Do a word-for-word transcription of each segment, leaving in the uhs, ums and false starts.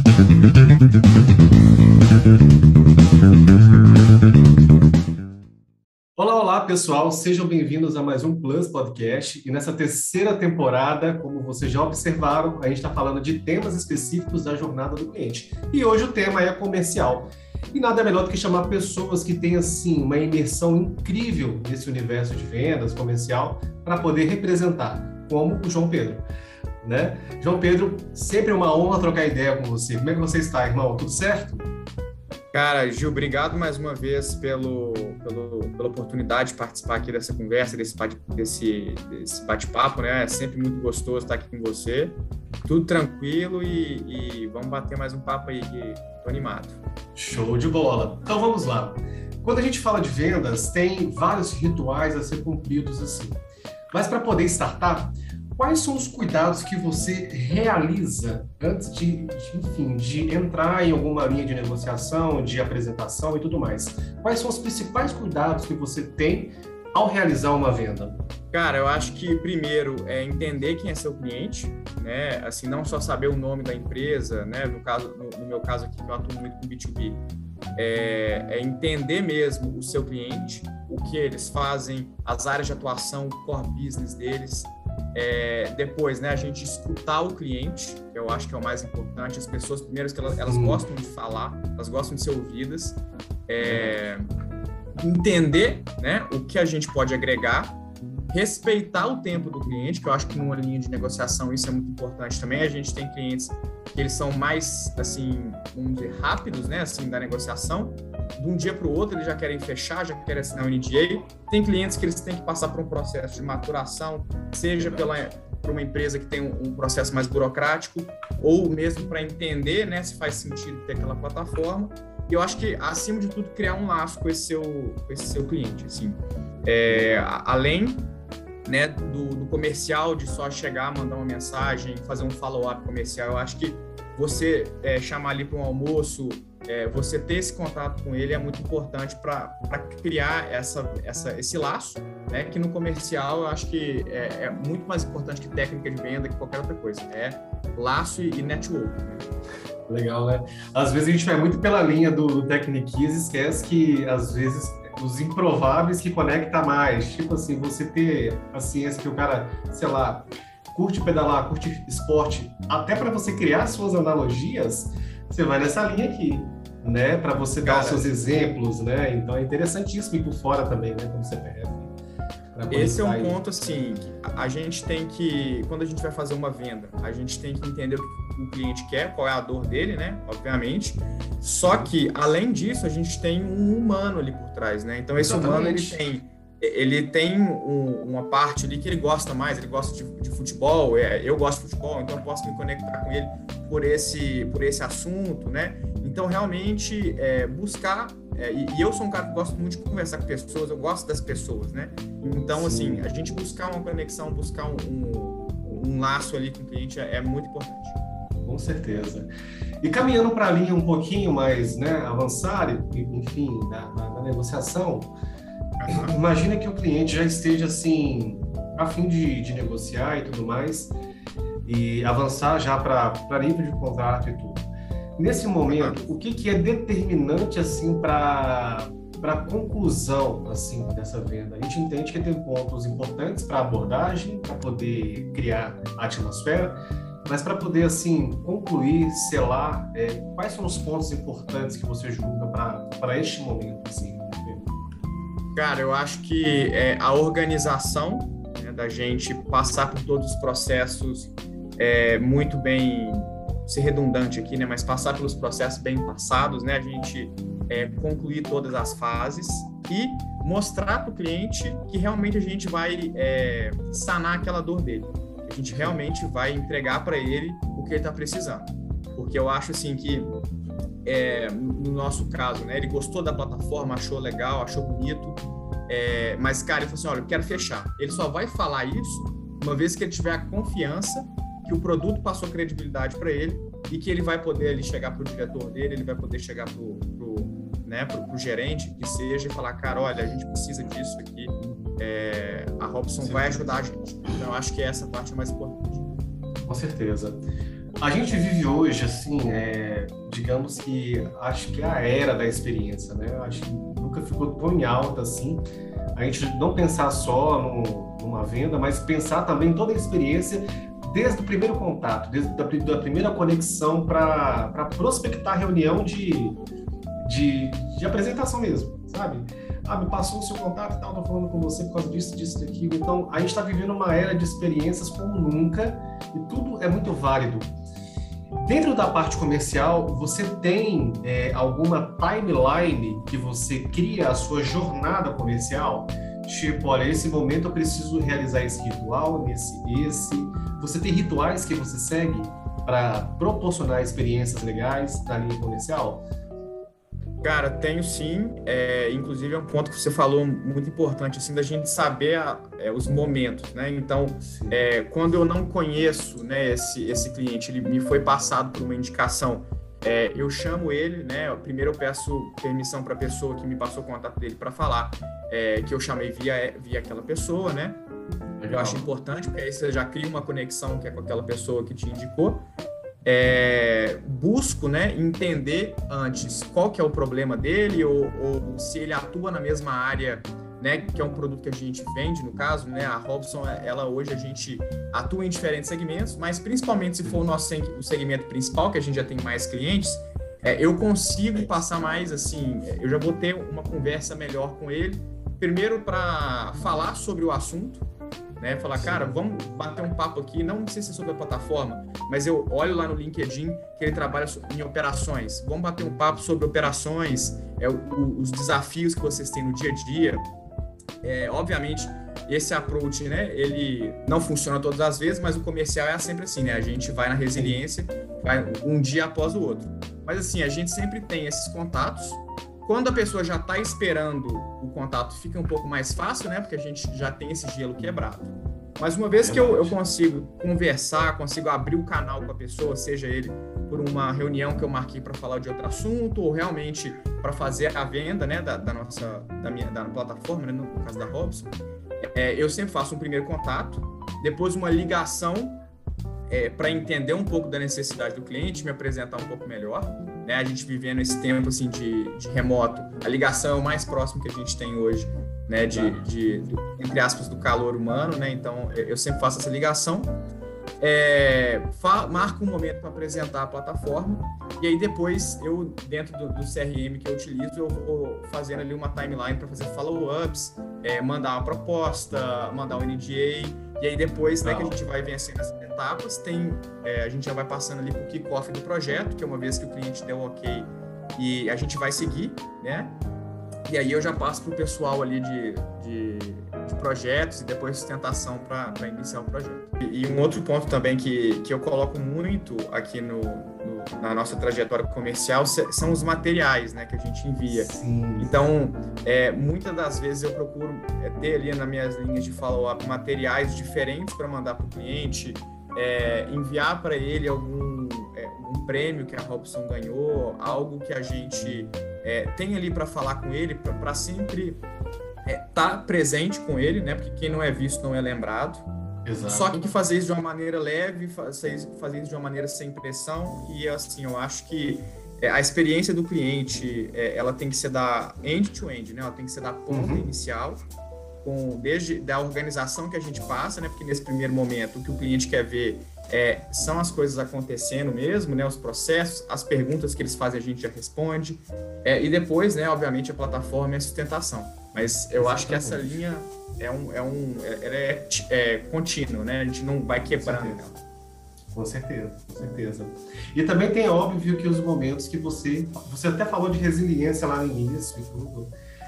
Olá, olá, pessoal. Sejam bem-vindos a mais um Plus Podcast. E nessa terceira temporada, como vocês já observaram, a gente está falando de temas específicos da jornada do cliente. E hoje o tema é comercial. E nada melhor do que chamar pessoas que têm, assim, uma imersão incrível nesse universo de vendas, comercial, para poder representar, como o João Pedro. Né? João Pedro, sempre uma honra trocar ideia com você. Como é que você está, irmão? Tudo certo? Cara, Gil, obrigado mais uma vez pelo, pelo, pela oportunidade de participar aqui dessa conversa, desse, desse, desse bate-papo, né? É sempre muito gostoso estar aqui com você. Tudo tranquilo e, e vamos bater mais um papo aí, que tô animado. Show de bola! Então vamos lá. Quando a gente fala de vendas, tem vários rituais a ser cumpridos assim. Mas para poder startar, quais são os cuidados que você realiza antes de, de, enfim, de entrar em alguma linha de negociação, de apresentação e tudo mais? Quais são os principais cuidados que você tem ao realizar uma venda? Cara, eu acho que primeiro é entender quem é seu cliente, né? Assim, não só saber o nome da empresa, né? No caso, no, no meu caso aqui, que eu atuo muito com B dois B, é, é entender mesmo o seu cliente, o que eles fazem, as áreas de atuação, o core business deles. É, depois, né, a gente escutar o cliente, que eu acho que é o mais importante. As pessoas, primeiro, que elas, elas gostam de falar, elas gostam de ser ouvidas, é, entender, né, o que a gente pode agregar, respeitar o tempo do cliente, que eu acho que numa linha de negociação isso é muito importante também. A gente tem clientes que eles são mais, assim, vamos dizer, rápidos, né, assim, da negociação. De um dia para o outro eles já querem fechar, já querem assinar o N D A. Tem clientes que eles têm que passar por um processo de maturação, seja pela, por uma empresa que tem um, um processo mais burocrático, ou mesmo para entender, né, se faz sentido ter aquela plataforma. E eu acho que, acima de tudo, criar um laço com esse seu, com esse seu cliente. Assim. É, além, né, do, do comercial, de só chegar, mandar uma mensagem, fazer um follow-up comercial, eu acho que você é, chamar ali para um almoço, é, você ter esse contato com ele é muito importante para criar essa, essa, esse laço, né, que no comercial eu acho que é, é muito mais importante que técnica de venda, que qualquer outra coisa. É laço e, e network. Né? Legal, né? Às vezes a gente vai muito pela linha do Techniquez e esquece que, às vezes, os improváveis que conecta mais. Tipo assim, você ter a ciência que o cara, sei lá, curte pedalar, curte esporte, até para você criar suas analogias, você vai nessa linha aqui, né? Para você dar Cara, os seus exemplos, né? Então é interessantíssimo ir por fora também, né? Como C P F. Esse é um ponto, assim, a gente tem que, quando a gente vai fazer uma venda, a gente tem que entender o que o cliente quer, qual é a dor dele, né? Obviamente. Só que, além disso, a gente tem um humano ali por trás, né? Então, esse Exatamente. humano, ele tem... Ele tem um, uma parte ali que ele gosta mais, ele gosta de, de futebol, é, eu gosto de futebol, então eu posso me conectar com ele por esse, por esse assunto, né? Então, realmente, é, buscar... É, e, e eu sou um cara que gosto muito de conversar com pessoas, eu gosto das pessoas, né? Então, Sim. assim, a gente buscar uma conexão, buscar um, um, um laço ali com o cliente é, é muito importante. Com certeza. E caminhando para a linha um pouquinho mais, né, avançada, enfim, da, da, da negociação... Imagina que o cliente já esteja assim, a fim de, de negociar e tudo mais, e avançar já para nível de contrato e tudo. Nesse momento, o que, que é determinante assim para a conclusão assim, dessa venda? A gente entende que tem pontos importantes para abordagem, para poder criar a atmosfera, mas para poder assim concluir, selar, é, quais são os pontos importantes que você julga para este momento? Assim? Cara, eu acho que é, a organização, né, da gente passar por todos os processos é, muito bem, ser redundante aqui, né, mas passar pelos processos bem passados, né, a gente é, concluir todas as fases e mostrar para o cliente que realmente a gente vai é, sanar aquela dor dele. A gente realmente vai entregar para ele o que ele está precisando. Porque eu acho assim que É, no nosso caso, né, ele gostou da plataforma, achou legal, achou bonito, é, mas, cara, ele falou assim, olha, eu quero fechar. Ele só vai falar isso uma vez que ele tiver a confiança que o produto passou credibilidade para ele e que ele vai poder ali chegar para o diretor dele, ele vai poder chegar para o né, pro gerente, que seja, e falar, cara, olha, a gente precisa disso aqui, é, a Robson Sim. vai ajudar a gente. Então, eu acho que essa parte é mais importante. Com certeza. A gente vive hoje, assim, é, digamos que acho que é a era da experiência, né? Acho que nunca ficou tão em alta assim. A gente não pensar só no, numa venda, mas pensar também em toda a experiência, desde o primeiro contato, desde a da primeira conexão para prospectar reunião de, de, de apresentação mesmo, sabe? Ah, me passou o seu contato e tal, tô falando com você por causa disso, disso, daquilo. Então, a gente está vivendo uma era de experiências como nunca e tudo é muito válido. Dentro da parte comercial, você tem é, alguma timeline que você cria a sua jornada comercial? Tipo, olha, nesse momento eu preciso realizar esse ritual, nesse, esse. Você tem rituais que você segue para proporcionar experiências legais na linha comercial? Cara, tenho sim, é, inclusive é um ponto que você falou muito importante, assim, da gente saber a, é, os momentos, né? Então, é, quando eu não conheço, né, esse, esse cliente, ele me foi passado por uma indicação, é, eu chamo ele, né? Primeiro eu peço permissão para a pessoa que me passou o contato dele para falar é, que eu chamei via, via aquela pessoa, né? Legal. Eu acho importante, porque aí você já cria uma conexão que é com aquela pessoa que te indicou. É, busco, né, entender antes qual que é o problema dele ou, ou se ele atua na mesma área, né, que é um produto que a gente vende, no caso, né, a Robson, ela hoje a gente atua em diferentes segmentos, mas principalmente se for o nosso o segmento principal, que a gente já tem mais clientes, é, eu consigo passar mais, assim, eu já vou ter uma conversa melhor com ele, primeiro para falar sobre o assunto, né? Falar, cara, vamos bater um papo aqui, não sei se é sobre a plataforma, mas eu olho lá no LinkedIn que ele trabalha em operações. Vamos bater um papo sobre operações, é, o, os desafios que vocês têm no dia a dia. É, obviamente, esse approach, né, ele não funciona todas as vezes, mas o comercial é sempre assim, né? A gente vai na resiliência, vai um dia após o outro. Mas assim, a gente sempre tem esses contatos. Quando a pessoa já está esperando o contato, fica um pouco mais fácil, né? Porque a gente já tem esse gelo quebrado. Mas uma vez que eu, eu consigo conversar, consigo abrir o canal com a pessoa, seja ele por uma reunião que eu marquei para falar de outro assunto, ou realmente para fazer a venda, né, da, da nossa da minha, da plataforma, né, no caso da Robson, é, eu sempre faço um primeiro contato, depois uma ligação é, para entender um pouco da necessidade do cliente, me apresentar um pouco melhor. Né, a gente vivendo esse tempo assim, de, de remoto, a ligação é o mais próximo que a gente tem hoje, né, de, de, de, entre aspas, do calor humano, né, então eu sempre faço essa ligação, é, fa, marco um momento para apresentar a plataforma e aí depois eu, dentro do, do C R M que eu utilizo, eu vou fazendo ali uma timeline para fazer follow-ups, é, mandar uma proposta, mandar um N D A. E aí depois, né, que a gente vai vencendo essas etapas, tem, é, a gente já vai passando ali para o kick-off do projeto, que é uma vez que o cliente deu ok e a gente vai seguir, né? E aí eu já passo para o pessoal ali de, de, de projetos e depois sustentação para iniciar o projeto. E, e um outro ponto também que, que eu coloco muito aqui no, no, na nossa trajetória comercial são os materiais, né, que a gente envia. Sim. Então, é, muitas das vezes eu procuro ter ali nas minhas linhas de follow-up materiais diferentes para mandar para o cliente, é, enviar para ele algum é, um prêmio que a Robson ganhou, algo que a gente é, tem ali para falar com ele, para sempre estar é, tá presente com ele, né? Porque quem não é visto não é lembrado. Exato. Só que fazer isso de uma maneira leve, fazer isso de uma maneira sem pressão, e assim, eu acho que a experiência do cliente, ela tem que ser da end-to-end, né? Ela tem que ser da ponta uhum. inicial, com, desde da organização que a gente passa, né? Porque nesse primeiro momento o que o cliente quer ver é, são as coisas acontecendo mesmo, né? Os processos, as perguntas que eles fazem a gente já responde, é, e depois, né? Obviamente a plataforma e a sustentação. Mas eu Exatamente. Acho que essa linha é um, é um, ela é, é contínua, né? A gente não vai quebrando ela. Com certeza, com certeza. E também tem, óbvio, que os momentos que você... Você até falou de resiliência lá no início e tudo.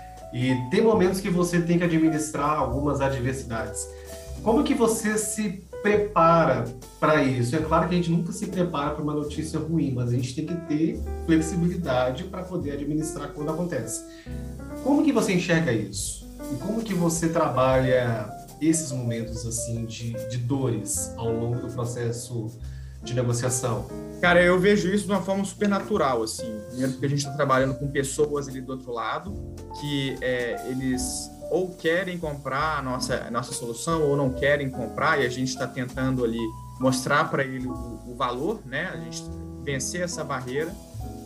E tem momentos que você tem que administrar algumas adversidades. Como que você se prepara para isso? É claro que a gente nunca se prepara para uma notícia ruim, mas a gente tem que ter flexibilidade para poder administrar quando acontece. Como que você enxerga isso? E como que você trabalha esses momentos assim de, de dores ao longo do processo de negociação? Cara, eu vejo isso de uma forma super natural, assim. Primeiro porque a gente está trabalhando com pessoas ali do outro lado, que é, eles ou querem comprar a nossa, a nossa solução ou não querem comprar, e a gente está tentando ali mostrar para ele o, o valor, né? A gente vencer essa barreira.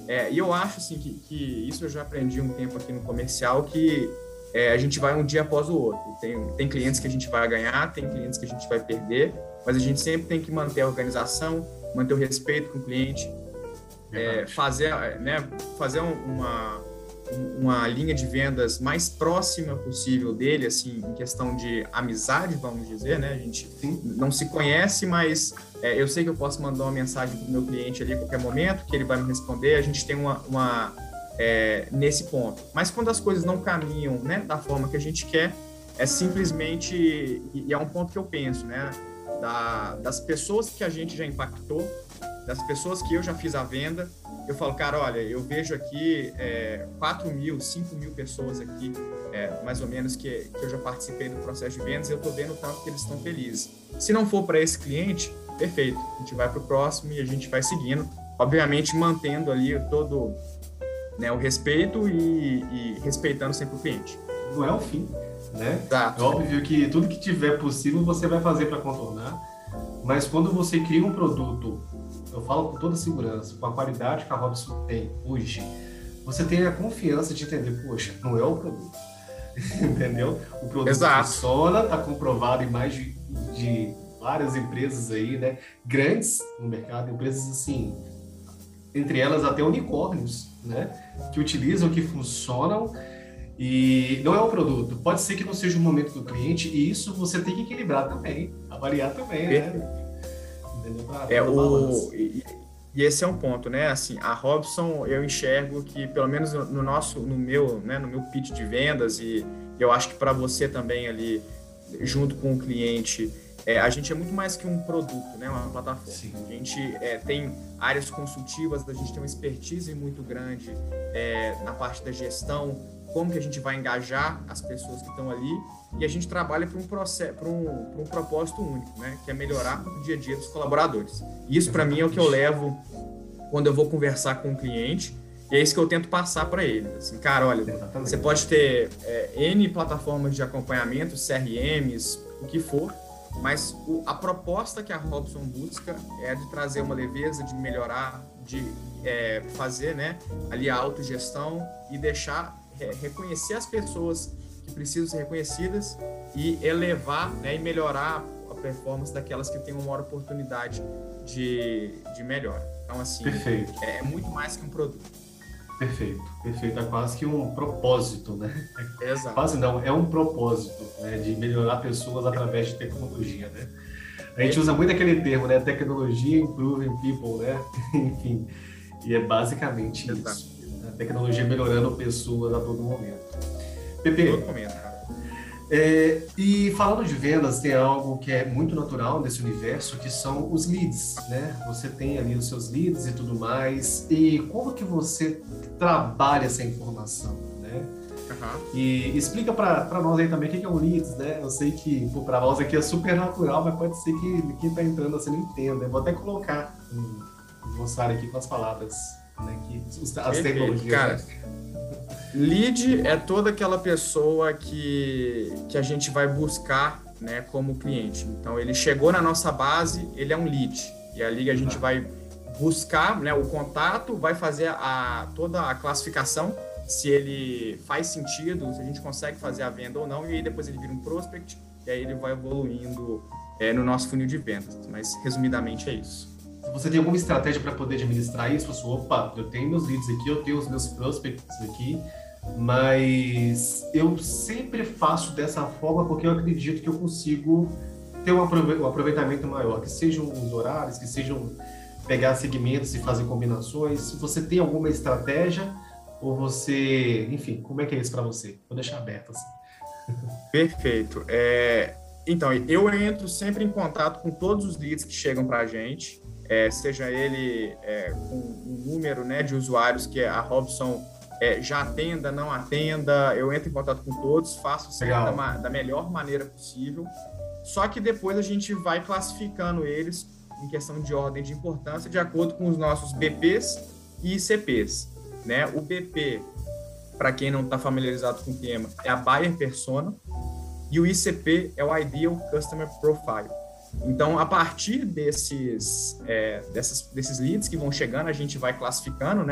É, e eu acho assim, que, que isso eu já aprendi um tempo aqui no comercial, que é, a gente vai um dia após o outro. Tem, tem clientes que a gente vai ganhar, tem clientes que a gente vai perder, mas a gente sempre tem que manter a organização, manter o respeito com o cliente, é, fazer, né, fazer uma, uma linha de vendas mais próxima possível dele, assim, em questão de amizade, vamos dizer, né? A gente Sim. não se conhece, mas é, eu sei que eu posso mandar uma mensagem para o meu cliente ali a qualquer momento, que ele vai me responder, a gente tem uma... uma é, nesse ponto. Mas quando as coisas não caminham, né, da forma que a gente quer, é simplesmente... E é um ponto que eu penso, né? Da, das pessoas que a gente já impactou, das pessoas que eu já fiz a venda, eu falo, cara, olha, eu vejo aqui é, quatro mil, cinco mil pessoas aqui, é, mais ou menos, que, que eu já participei do processo de vendas, e eu estou vendo o tanto que eles estão felizes. Se não for para esse cliente, perfeito, a gente vai para o próximo e a gente vai seguindo, obviamente mantendo ali todo, né, o respeito e, e respeitando sempre o cliente. Não é o fim, né? Exato. É óbvio que tudo que tiver possível você vai fazer para contornar, mas quando você cria um produto, eu falo com toda segurança, com a qualidade que a Robson tem hoje, você tem a confiança de entender, poxa, não é o produto, entendeu? O produto Exato. funciona, está comprovado em mais de, de várias empresas aí, né? Grandes no mercado, empresas assim, entre elas até unicórnios, né? Que utilizam, que funcionam, e não é o produto. Pode ser que não seja o momento do cliente, e isso você tem que equilibrar também, avaliar também, né? É, o, e, e esse é um ponto, né? Assim, a Robson, eu enxergo que, pelo menos no nosso, no meu, né, no meu pitch de vendas, e eu acho que para você também ali, junto com o cliente, é, a gente é muito mais que um produto, né? Uma plataforma. Sim. A gente é, tem áreas consultivas, a gente tem uma expertise muito grande é, na parte da gestão, como que a gente vai engajar as pessoas que estão ali, e a gente trabalha para um processo, para um, para um propósito único, né? Que é melhorar o dia a dia dos colaboradores. E isso, para mim, é o que eu levo quando eu vou conversar com o cliente, e é isso que eu tento passar para ele. Assim, cara, olha, Exatamente. Você pode ter é, N plataformas de acompanhamento, C R Ms, o que for, mas o, a proposta que a Robson busca é de trazer uma leveza, de melhorar, de é, fazer, né, ali a autogestão e deixar, é, reconhecer as pessoas que precisam ser reconhecidas e elevar, né, e melhorar a performance daquelas que têm uma maior oportunidade de, de melhora. Então, assim, Perfeito. É, é muito mais que um produto. Perfeito, perfeito. É quase que um propósito, né? Exato. Quase não, é um propósito, né, de melhorar pessoas através de tecnologia, né? A gente usa muito aquele termo, né? Tecnologia improving people, né? Enfim, e é basicamente Exato. Isso. A tecnologia melhorando pessoas a todo momento. Pepe, todo momento, cara. É, e falando de vendas, tem algo que é muito natural nesse universo, que são os leads, né? Você tem ali os seus leads e tudo mais, e como que você trabalha essa informação, né? Uhum. E explica para nós aí também o que é um leads, né? Eu sei que para nós aqui é super natural, mas pode ser que quem está entrando assim não entenda. Eu vou até colocar um, um glossário aqui com as palavras, né? Que, as Perfeito, tecnologias. Cara. Né? Lead é toda aquela pessoa que, que a gente vai buscar, né, como cliente. Então, ele chegou na nossa base, ele é um lead. E ali a gente vai buscar, né, o contato, vai fazer a, toda a classificação, se ele faz sentido, se a gente consegue fazer a venda ou não, e aí depois ele vira um prospect, e aí ele vai evoluindo é, no nosso funil de vendas. Mas, resumidamente, é isso. Você tem alguma estratégia para poder administrar isso? Você, opa, eu tenho meus leads aqui, eu tenho os meus prospects aqui, mas eu sempre faço dessa forma porque eu acredito que eu consigo ter um aproveitamento maior, que sejam os horários, que sejam pegar segmentos e fazer combinações. Se você tem alguma estratégia ou você... Enfim, como é que é isso para você? Vou deixar aberto assim. Perfeito. É... Então, eu entro sempre em contato com todos os leads que chegam para a gente, É, seja ele é, com um número, né, de usuários que a Robson é, já atenda, não atenda, eu entro em contato com todos, faço sempre da, da melhor maneira possível, só que depois a gente vai classificando eles em questão de ordem de importância de acordo com os nossos B Ps e I C Ps, né? O B P, para quem não está familiarizado com o tema, é a Buyer Persona, e o I C P é o Ideal Customer Profile. Então, a partir desses, é, dessas, desses leads que vão chegando, a gente vai classificando, né?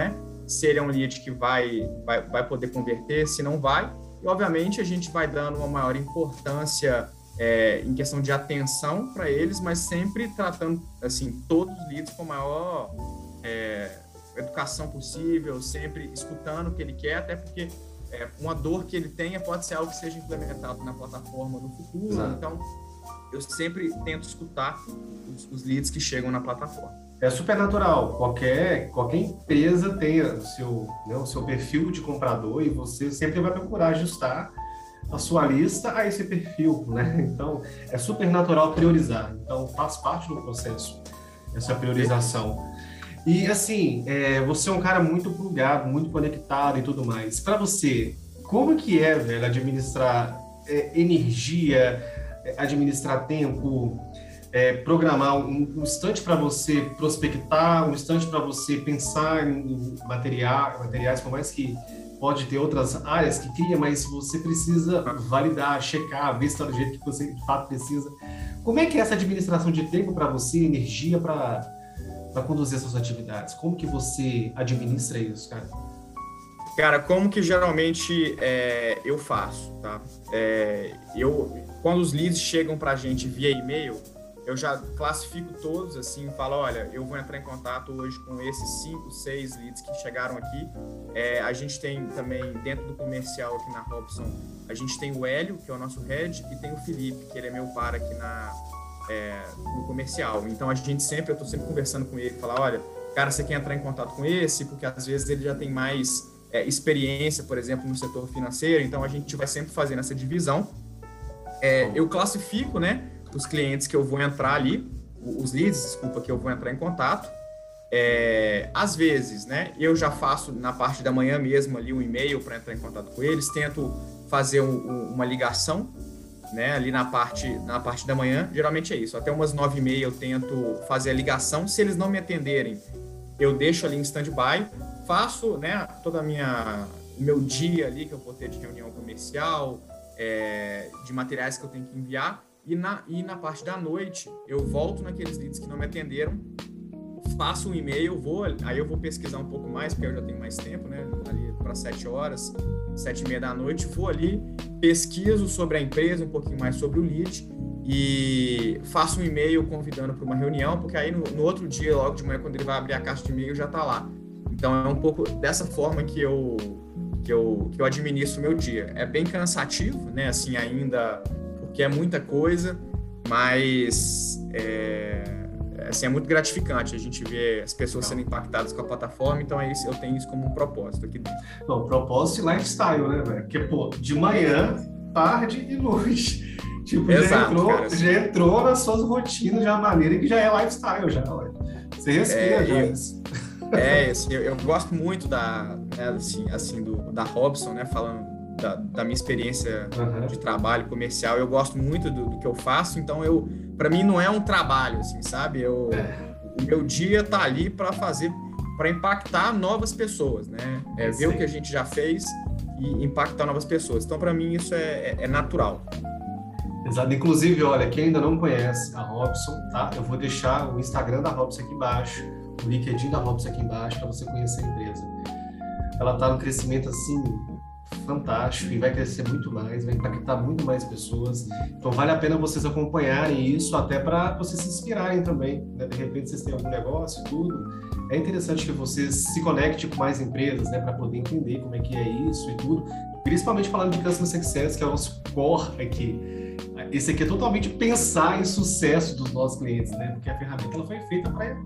se ele é um lead que vai, vai, vai poder converter, se não vai. E, obviamente, a gente vai dando uma maior importância é, em questão de atenção para eles, mas sempre tratando, assim, todos os leads com a maior é, educação possível, sempre escutando o que ele quer, até porque é, uma dor que ele tenha pode ser algo que seja implementado na plataforma no futuro. Exato. Então, eu sempre tento escutar os, os leads que chegam na plataforma. É super natural. Qualquer, qualquer empresa tem o seu, né, o seu perfil de comprador e você sempre vai procurar ajustar a sua lista a esse perfil, né? Então, é super natural priorizar. Então, faz parte do processo essa priorização. E, assim, é, você é um cara muito plugado, muito conectado e tudo mais. Para você, como que é, velho, administrar é, energia, é, administrar tempo, é, programar um, um instante para você prospectar, um instante para você pensar em material, materiais, por mais que pode ter outras áreas que cria, mas você precisa validar, checar, ver se está do jeito que você de fato precisa. Como é que é essa administração de tempo para você, energia para para conduzir essas atividades? Como que você administra isso, cara? Cara, como que geralmente é, eu faço, tá? É, eu, quando os leads chegam para a gente via e-mail, eu já classifico todos, assim, falo, olha, eu vou entrar em contato hoje com esses cinco, seis leads que chegaram aqui. É, a gente tem também, dentro do comercial aqui na Robson, a gente tem o Hélio, que é o nosso head, e tem o Felipe, que ele é meu par aqui na, é, no comercial. Então, a gente sempre, eu tô sempre conversando com ele, falar, olha, cara, você quer entrar em contato com esse? Porque, às vezes, ele já tem mais é, experiência, por exemplo, no setor financeiro. Então, a gente vai sempre fazendo essa divisão. É, eu classifico, né, os clientes que eu vou entrar ali, os leads, desculpa, que eu vou entrar em contato. É, às vezes, né, eu já faço na parte da manhã mesmo ali um e-mail para entrar em contato com eles, tento fazer um, um, uma ligação, né, ali na parte, na parte da manhã, geralmente é isso, até umas nove e meia eu tento fazer a ligação, se eles não me atenderem, eu deixo ali em stand-by, faço, né, toda a minha, o meu dia ali que eu vou ter de reunião comercial, é, de materiais que eu tenho que enviar. E na, e na parte da noite, eu volto naqueles leads que não me atenderam, faço um e-mail, vou, aí eu vou pesquisar um pouco mais, porque eu já tenho mais tempo, né? Ali para sete horas, sete e meia da noite, vou ali, pesquiso sobre a empresa, um pouquinho mais sobre o lead e faço um e-mail convidando para uma reunião, porque aí no, no outro dia, logo de manhã, quando ele vai abrir a caixa de e-mail, já está lá. Então, é um pouco dessa forma que eu, que eu, que eu administro o meu dia. É bem cansativo, né? Assim, ainda... que é muita coisa, mas é, assim, é muito gratificante a gente ver as pessoas sendo impactadas com a plataforma, então é isso, eu tenho isso como um propósito aqui dentro. Bom, propósito e lifestyle, né, velho? Porque, pô, de manhã, tarde e noite. Tipo, Exato, já, entrou, cara, assim. já entrou nas suas rotinas de uma maneira que já é lifestyle, já, ué. Você respira é, já eu, isso. É, assim, eu, eu gosto muito da, né, assim, assim, do, da Robson, né, falando Da, da minha experiência uhum. de trabalho comercial, eu gosto muito do, do que eu faço, então eu, para mim não é um trabalho, assim, sabe? Eu, é. O meu dia tá ali para fazer, para impactar novas pessoas, né? É, ver o que a gente já fez e impactar novas pessoas. Então, para mim isso é, é, é natural. Exato. Inclusive, olha, quem ainda não conhece a Robson, tá? Eu vou deixar o Instagram da Robson aqui embaixo, o LinkedIn da Robson aqui embaixo para você conhecer a empresa. Ela tá no crescimento assim fantástico e vai crescer muito mais, vai impactar muito mais pessoas. Então vale a pena vocês acompanharem isso até para vocês se inspirarem também, né? De repente vocês têm algum negócio e tudo. É interessante que vocês se conectem com mais empresas, né? Para poder entender como é que é isso e tudo. Principalmente falando de Customer Success, que é o nosso core aqui. Esse aqui é totalmente pensar em sucesso dos nossos clientes, né? Porque a ferramenta ela foi feita para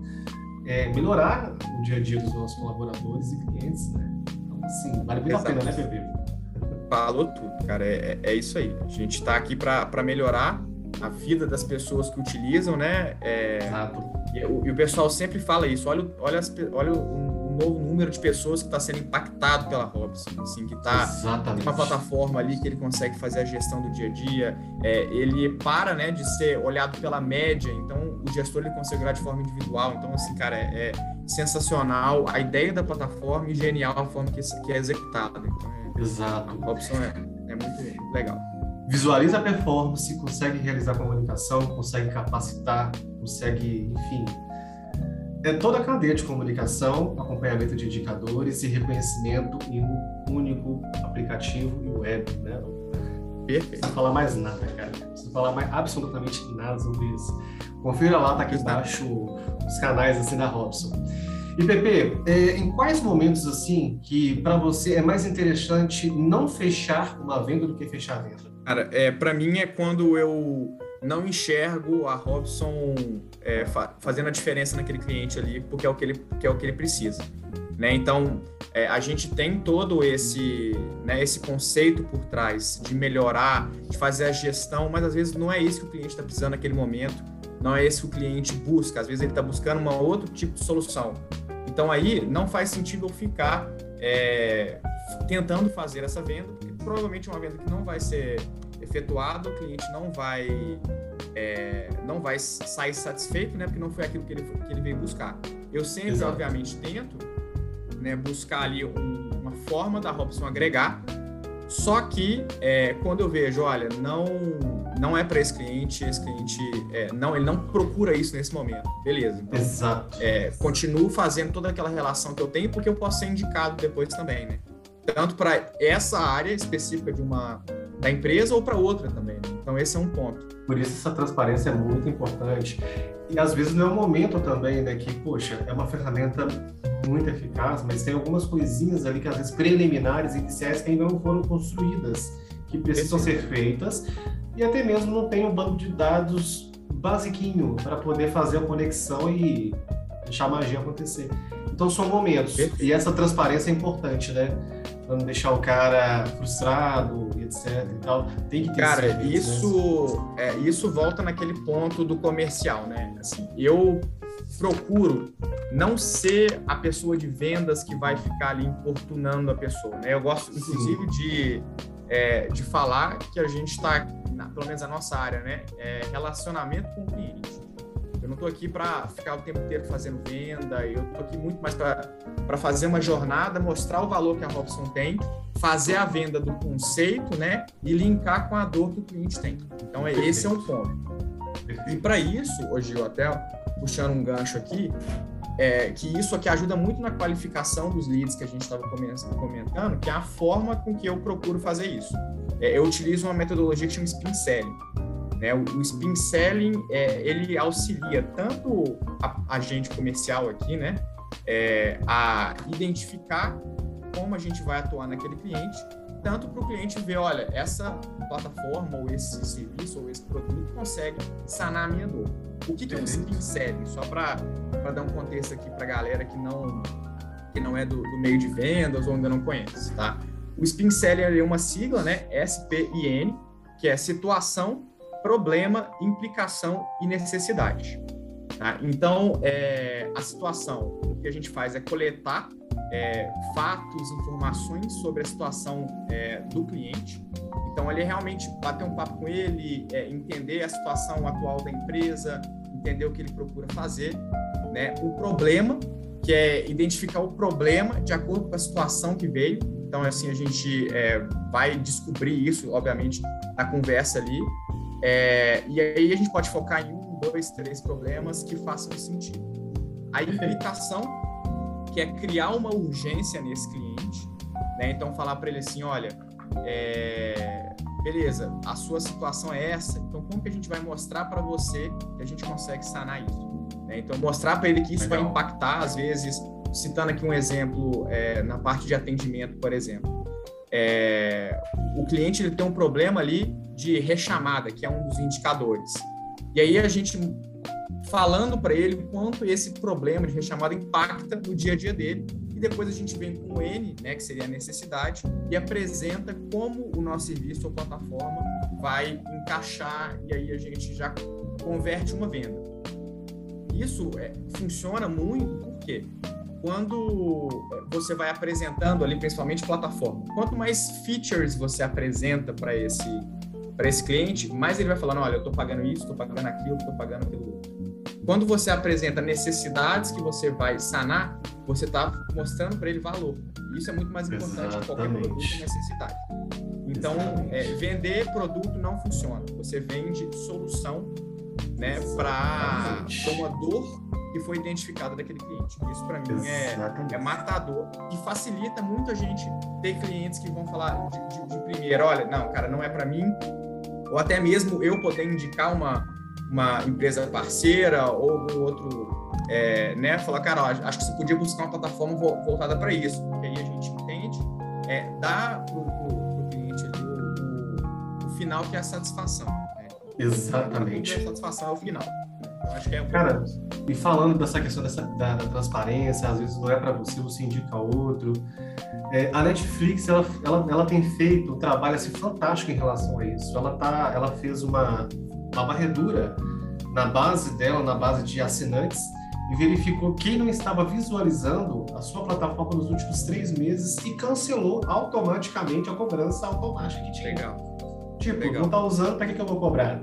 é, melhorar o dia a dia dos nossos colaboradores e clientes, né? Sim, vale muito Exato. a pena, né, Pepe? Falou tudo, cara. É, é isso aí. A gente está aqui para melhorar a vida das pessoas que utilizam, né? É, Exato. E o, e o pessoal sempre fala isso. Olha, olha, as, olha o, o novo número de pessoas que está sendo impactado pela Robson, assim, que está tem uma plataforma ali que ele consegue fazer a gestão do dia a dia. É, ele para, né, de ser olhado pela média. Então, o gestor ele consegue olhar de forma individual. Então, assim, cara, é, é sensacional a ideia da plataforma e genial a forma que, que é executada. Então, é, Exato. A opção é, é muito legal. Visualiza a performance, consegue realizar comunicação, consegue capacitar, consegue, enfim, É toda a cadeia de comunicação, acompanhamento de indicadores e reconhecimento em um único aplicativo e web, né? Não precisa falar mais nada, cara. Não precisa falar mais absolutamente nada sobre isso. Confira lá, tá aqui embaixo os canais assim da Robson. E Pepe, é, em quais momentos assim que para você é mais interessante não fechar uma venda do que fechar a venda? Cara, é, para mim é quando eu não enxergo a Robson é, fa- fazendo a diferença naquele cliente ali, porque é o que ele, que é o que ele precisa, né? Então, é, a gente tem todo esse, né, esse conceito por trás de melhorar, de fazer a gestão, mas às vezes não é isso que o cliente está precisando naquele momento, não é isso que o cliente busca, às vezes ele está buscando um outro tipo de solução. Então, aí não faz sentido eu ficar é, tentando fazer essa venda, porque provavelmente é uma venda que não vai ser efetuado, o cliente não vai, é, não vai sair satisfeito, né? Porque não foi aquilo que ele, que ele veio buscar. Eu sempre, Exato. obviamente, tento, né, buscar ali um, uma forma da Robson agregar, só que é, quando eu vejo, olha, não, não é para esse cliente, esse cliente é, não, ele não procura isso nesse momento, beleza. Então, Exato. É, continuo fazendo toda aquela relação que eu tenho, porque eu posso ser indicado depois também, né? Tanto para essa área específica de uma da empresa ou para outra também, né? Então esse é um ponto. Por isso essa transparência é muito importante. E às vezes não é um momento também, né, que, poxa, é uma ferramenta muito eficaz, mas tem algumas coisinhas ali que às vezes preliminares, iniciais, que ainda não foram construídas, que precisam Esse... ser feitas, e até mesmo não tem um banco de dados basiquinho para poder fazer a conexão e deixar a magia acontecer. Então são momentos, Perfeito. E essa transparência é importante, né? Pra não deixar o cara frustrado, etc e tal. Tem que ter Cara, serviço, isso, né? é, isso volta naquele ponto do comercial, né? Assim, eu procuro não ser a pessoa de vendas que vai ficar ali importunando a pessoa, né? Eu gosto, inclusive, de, é, de falar que a gente está, pelo menos a nossa área, né? É relacionamento com o cliente. Eu não estou aqui para ficar o tempo inteiro fazendo venda, eu estou aqui muito mais para fazer uma jornada, mostrar o valor que a Robson tem, fazer a venda do conceito, né, e linkar com a dor que o cliente tem. Então, é, esse é um ponto. E para isso, hoje eu até puxando um gancho aqui, é, que isso aqui ajuda muito na qualificação dos leads que a gente estava comentando, que é a forma com que eu procuro fazer isso. É, eu utilizo uma metodologia que chama Spin Selling. Né, o, o Spin Selling, é, ele auxilia tanto a, a gente comercial aqui, né, é, a identificar como a gente vai atuar naquele cliente, tanto para o cliente ver, olha, essa plataforma ou esse serviço ou esse produto consegue sanar a minha dor. O que, que é um Spin Selling? Só para dar um contexto aqui para a galera que não, que não é do, do meio de vendas ou ainda não conhece, tá? O Spin Selling é uma sigla, né, S P I N, que é situação, problema, implicação e necessidade. Tá? Então, é, a situação, o que a gente faz é coletar é, fatos, informações sobre a situação é, do cliente. Então, ali é realmente bater um papo com ele, é, entender a situação atual da empresa, entender o que ele procura fazer. Né? O problema, que é identificar o problema de acordo com a situação que veio. Então, assim, a gente é, vai descobrir isso, obviamente, na conversa ali. É, e aí a gente pode focar em um, dois, três problemas que façam sentido. A implicação, que é criar uma urgência nesse cliente, né? Então falar para ele assim, olha, é, beleza, a sua situação é essa, então como que a gente vai mostrar para você que a gente consegue sanar isso? Né? Então mostrar para ele que isso Legal. Vai impactar, às vezes, citando aqui um exemplo, é, na parte de atendimento, por exemplo, é, o cliente ele tem um problema ali de rechamada, que é um dos indicadores. E aí a gente falando para ele o quanto esse problema de rechamada impacta no dia a dia dele, e depois a gente vem com o N, né, que seria a necessidade, e apresenta como o nosso serviço ou plataforma vai encaixar, e aí a gente já converte uma venda. Isso é, funciona muito porque quando você vai apresentando ali, principalmente plataforma, quanto mais features você apresenta para esse para esse cliente, mais ele vai falando, olha, eu estou pagando isso, estou pagando aquilo, estou pagando aquilo outro. Quando você apresenta necessidades que você vai sanar, você está mostrando para ele valor. Isso é muito mais importante que qualquer produto ou necessidade. Então, é, vender produto não funciona. Você vende solução, né, para uma dor que foi identificada daquele cliente. Isso, para mim, é, é matador e facilita muito a gente ter clientes que vão falar de, de, de primeiro, olha, não, cara, não é para mim, ou até mesmo eu poder indicar uma, uma empresa parceira ou algum outro, é, né, falar, cara, ó, acho que você podia buscar uma plataforma voltada para isso, porque aí a gente entende, é, dá para o cliente ali o, o, o final, que é a satisfação. Né? Exatamente. A satisfação é o final. Eu acho que é um Cara, e falando dessa questão dessa, da, da transparência, às vezes não é para você, você indica outro. É, a Netflix, ela, ela, ela tem feito um trabalho assim, fantástico em relação a isso. Ela, tá, ela fez uma, uma varredura na base dela, na base de assinantes, e verificou quem não estava visualizando a sua plataforma nos últimos três meses e cancelou automaticamente a cobrança automática que tinha. Legal. Tipo, Legal. não está usando, para que, que eu vou cobrar?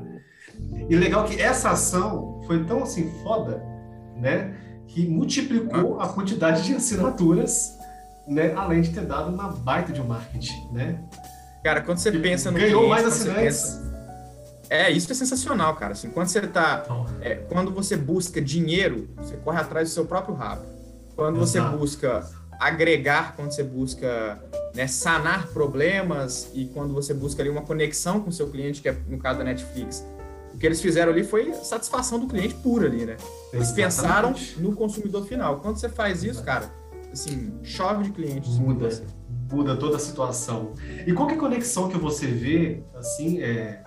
E legal que essa ação foi tão assim foda, né, que multiplicou a quantidade de assinaturas, né, além de ter dado uma baita de um marketing, né? Cara, quando você e pensa no ganhou cliente, mais quando você assinantes. pensa... É, isso é sensacional, cara. Assim, quando você tá, é, quando você busca dinheiro, você corre atrás do seu próprio rabo. Quando você Exato. busca agregar, quando você busca, né, sanar problemas, e quando você busca ali uma conexão com o seu cliente, que é no caso da Netflix, o que eles fizeram ali foi satisfação do cliente pura ali, né? Eles Exatamente. pensaram no consumidor final. Quando você faz isso, cara, assim, chove de clientes. Muda, muda toda a situação. E qual que é a conexão que você vê, assim, é,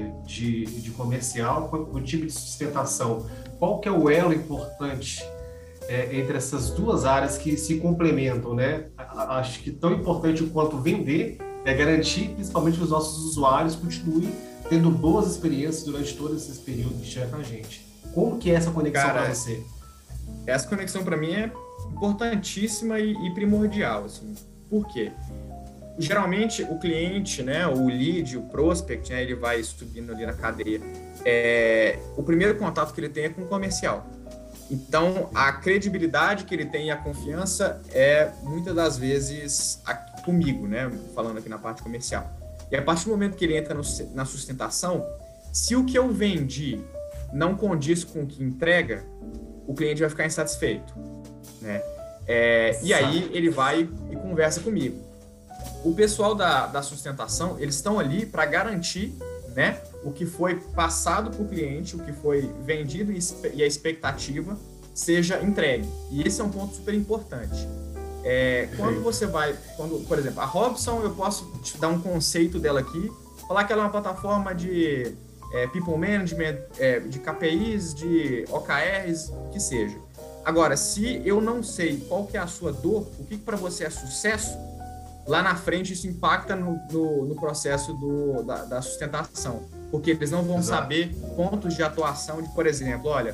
de, de comercial com o time de sustentação? Qual que é o elo importante é, entre essas duas áreas que se complementam, né? Acho que tão importante quanto vender é garantir, principalmente que os nossos usuários continuem tendo boas experiências durante todo esse período que estiver com a gente. Como que é essa conexão para você? Essa conexão para mim é importantíssima e, e primordial, assim. Por quê? Geralmente o cliente, né, o lead, o prospect, né, ele vai subindo ali na cadeia. É, o primeiro contato que ele tem é com o comercial. Então, a credibilidade que ele tem e a confiança é muitas das vezes aqui comigo, né, falando aqui na parte comercial. E a partir do momento que ele entra no, na sustentação, se o que eu vendi não condiz com o que entrega, o cliente vai ficar insatisfeito, né? É, e aí ele vai e conversa comigo. O pessoal da, da sustentação, eles estão ali para garantir, né, o que foi passado para o cliente, o que foi vendido e a expectativa seja entregue. E esse é um ponto super importante. É, quando você vai, quando, por exemplo, a Robson, eu posso te dar um conceito dela aqui, falar que ela é uma plataforma de é, people management, é, de K P Is, de O K Rs, o que seja. Agora, se eu não sei qual que é a sua dor, o que, que para você é sucesso, lá na frente isso impacta no, no, no processo do, da, da sustentação, porque eles não vão Exato. saber pontos de atuação de, por exemplo, olha,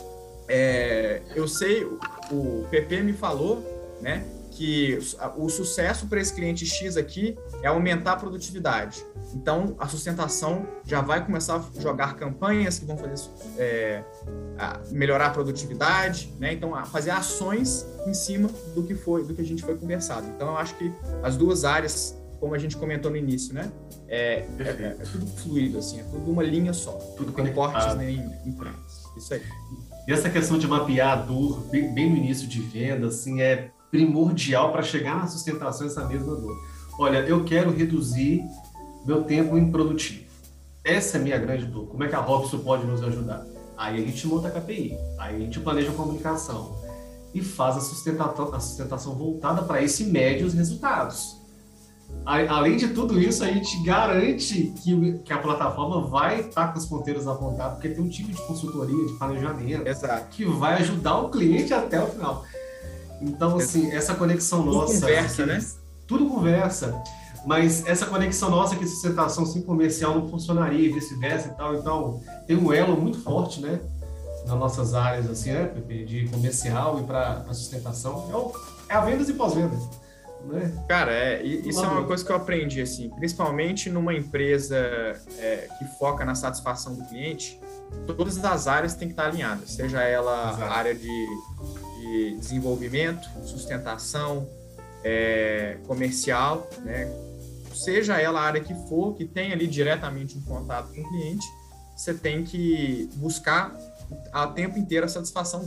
é, eu sei, o, o P P me falou, né, que o sucesso para esse cliente X aqui é aumentar a produtividade. Então, a sustentação já vai começar a jogar campanhas que vão fazer é, a melhorar a produtividade, né? Então, a fazer ações em cima do que foi, do que a gente foi conversado. Então, eu acho que as duas áreas, como a gente comentou no início, né, é, é, é tudo fluido, assim, é tudo uma linha só, tudo com cortes nem entradas. Isso aí. E essa questão de mapear a dor bem, bem no início de venda, assim, é primordial para chegar na sustentação essa mesma dor. Olha, eu quero reduzir meu tempo improdutivo. Essa é a minha grande dor. Como é que a Robson pode nos ajudar? Aí a gente monta a K P I, aí a gente planeja a comunicação e faz a sustentação, a sustentação voltada para isso e mede os resultados. Além de tudo isso, a gente garante que, que a plataforma vai estar com os ponteiros apontados, porque tem um time de consultoria, de planejamento, Exato. que vai ajudar o cliente até o final. Então, assim, essa conexão tudo nossa... conversa, que, né? Tudo conversa, mas essa conexão nossa que sustentação sem comercial não funcionaria e vice-versa e tal. Então, tem um elo muito forte, né? Nas nossas áreas, assim, né, Pepe? De comercial e para sustentação. É, o, é a vendas e pós-vendas, né? Cara, é, isso é uma coisa que eu aprendi, assim, principalmente numa empresa é, que foca na satisfação do cliente, todas as áreas têm que estar alinhadas, seja ela Exato. a área de... de desenvolvimento, sustentação, é, comercial, né? Seja ela a área que for, que tem ali diretamente um contato com o cliente, você tem que buscar a tempo inteiro a satisfação dele.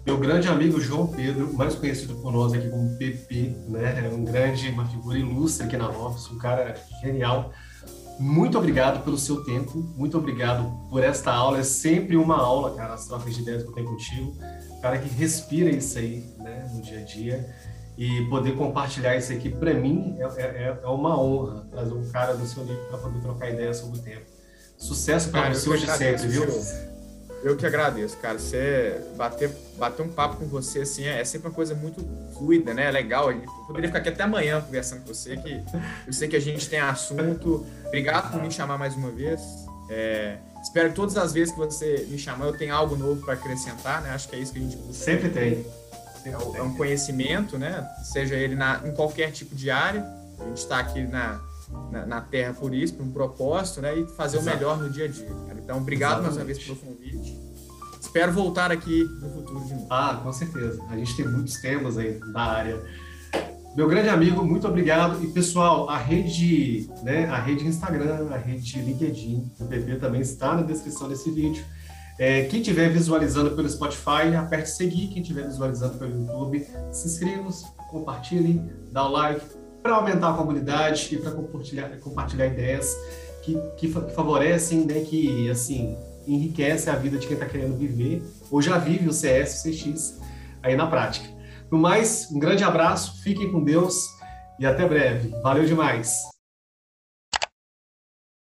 Meu grande amigo João Pedro, mais conhecido por nós aqui como P P, né? É um grande, uma figura ilustre aqui na Lofts, um cara genial. Muito obrigado pelo seu tempo, muito obrigado por esta aula. É sempre uma aula, cara, as trocas de ideias que eu tenho contigo. Cara que respira isso aí, né, no dia a dia. E poder compartilhar isso aqui, para mim, é, é, é uma honra trazer um cara do seu nível para poder trocar ideias sobre o tempo. Sucesso para você hoje sempre, viu? Eu que agradeço, cara. Você bater, bater um papo com você assim é, é sempre uma coisa muito fluida, né? É legal. Eu poderia ficar aqui até amanhã conversando com você, que eu sei que a gente tem assunto. Obrigado por me chamar mais uma vez. É, espero que todas as vezes que você me chamar eu tenha algo novo para acrescentar, né? Acho que é isso que a gente busca. Sempre tem. Sempre é, tem. É um conhecimento, né? Seja ele na, em qualquer tipo de área. A gente está aqui na, na, na Terra por isso, por um propósito, né? E fazer Exato. o melhor no dia a dia. Cara. Então, obrigado Exatamente. mais uma vez pelo convite. Espero voltar aqui no futuro de novo. Ah, com certeza. A gente tem muitos temas aí da área. Meu grande amigo, muito obrigado. E, pessoal, a rede, né, a rede Instagram, a rede LinkedIn, o P P também está na descrição desse vídeo. É, quem estiver visualizando pelo Spotify, aperte seguir. Quem estiver visualizando pelo YouTube, se inscreva, compartilhe, dá o like para aumentar a comunidade e para compartilhar, compartilhar ideias que, que favorecem, né, que, assim, enriquece a vida de quem está querendo viver ou já vive o C S, o C X aí na prática. No mais, um grande abraço, fiquem com Deus e até breve. Valeu demais!